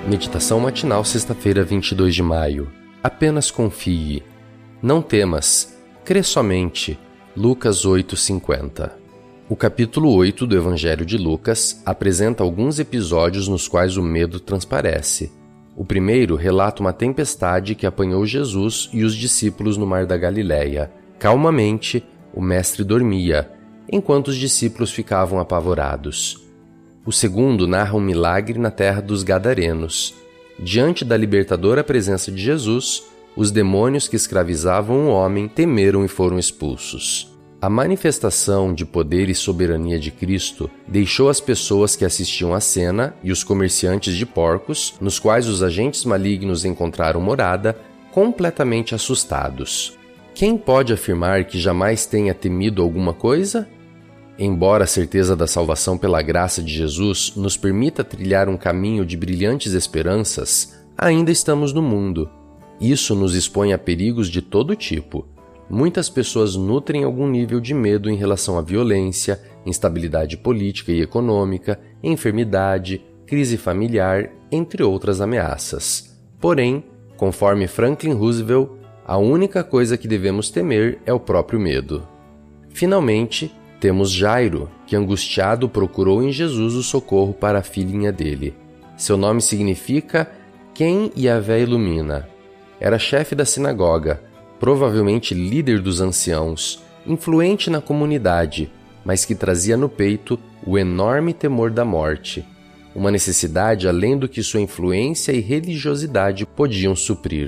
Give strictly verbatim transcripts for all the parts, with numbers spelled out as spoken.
Meditação matinal, sexta-feira, vinte e dois de maio. Apenas confie. Não temas. Crê somente. Lucas oito, cinquenta. O capítulo oito do Evangelho de Lucas apresenta alguns episódios nos quais o medo transparece. O primeiro relata uma tempestade que apanhou Jesus e os discípulos no mar da Galileia. Calmamente, o mestre dormia, enquanto os discípulos ficavam apavorados. O segundo narra um milagre na terra dos Gadarenos. Diante da libertadora presença de Jesus, os demônios que escravizavam o homem temeram e foram expulsos. A manifestação de poder e soberania de Cristo deixou as pessoas que assistiam à cena e os comerciantes de porcos, nos quais os agentes malignos encontraram morada, completamente assustados. Quem pode afirmar que jamais tenha temido alguma coisa? Embora a certeza da salvação pela graça de Jesus nos permita trilhar um caminho de brilhantes esperanças, ainda estamos no mundo. Isso nos expõe a perigos de todo tipo. Muitas pessoas nutrem algum nível de medo em relação à violência, instabilidade política e econômica, enfermidade, crise familiar, entre outras ameaças. Porém, conforme Franklin Roosevelt, a única coisa que devemos temer é o próprio medo. Finalmente, temos Jairo, que angustiado procurou em Jesus o socorro para a filhinha dele. Seu nome significa quem Yahvé ilumina. Era chefe da sinagoga, provavelmente líder dos anciãos, influente na comunidade, mas que trazia no peito o enorme temor da morte, uma necessidade além do que sua influência e religiosidade podiam suprir.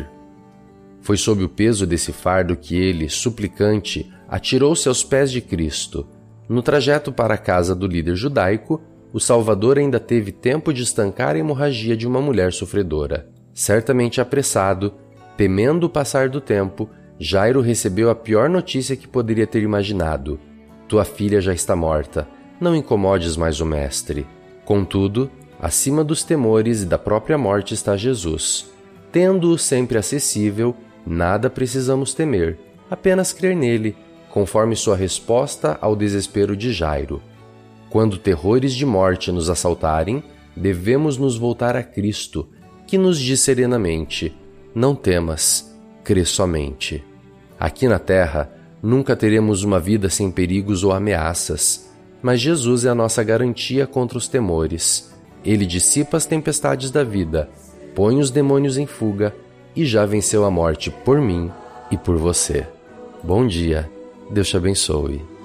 Foi sob o peso desse fardo que ele, suplicante, atirou-se aos pés de Cristo. No trajeto para a casa do líder judaico, o Salvador ainda teve tempo de estancar a hemorragia de uma mulher sofredora. Certamente apressado, temendo o passar do tempo, Jairo recebeu a pior notícia que poderia ter imaginado. Tua filha já está morta, não incomodes mais o mestre. Contudo, acima dos temores e da própria morte está Jesus. Tendo-o sempre acessível, nada precisamos temer, apenas crer nele, conforme sua resposta ao desespero de Jairo. Quando terrores de morte nos assaltarem, devemos nos voltar a Cristo, que nos diz serenamente: não temas, crê somente. Aqui na terra, nunca teremos uma vida sem perigos ou ameaças, mas Jesus é a nossa garantia contra os temores. Ele dissipa as tempestades da vida, põe os demônios em fuga e já venceu a morte por mim e por você. Bom dia. Deus te abençoe.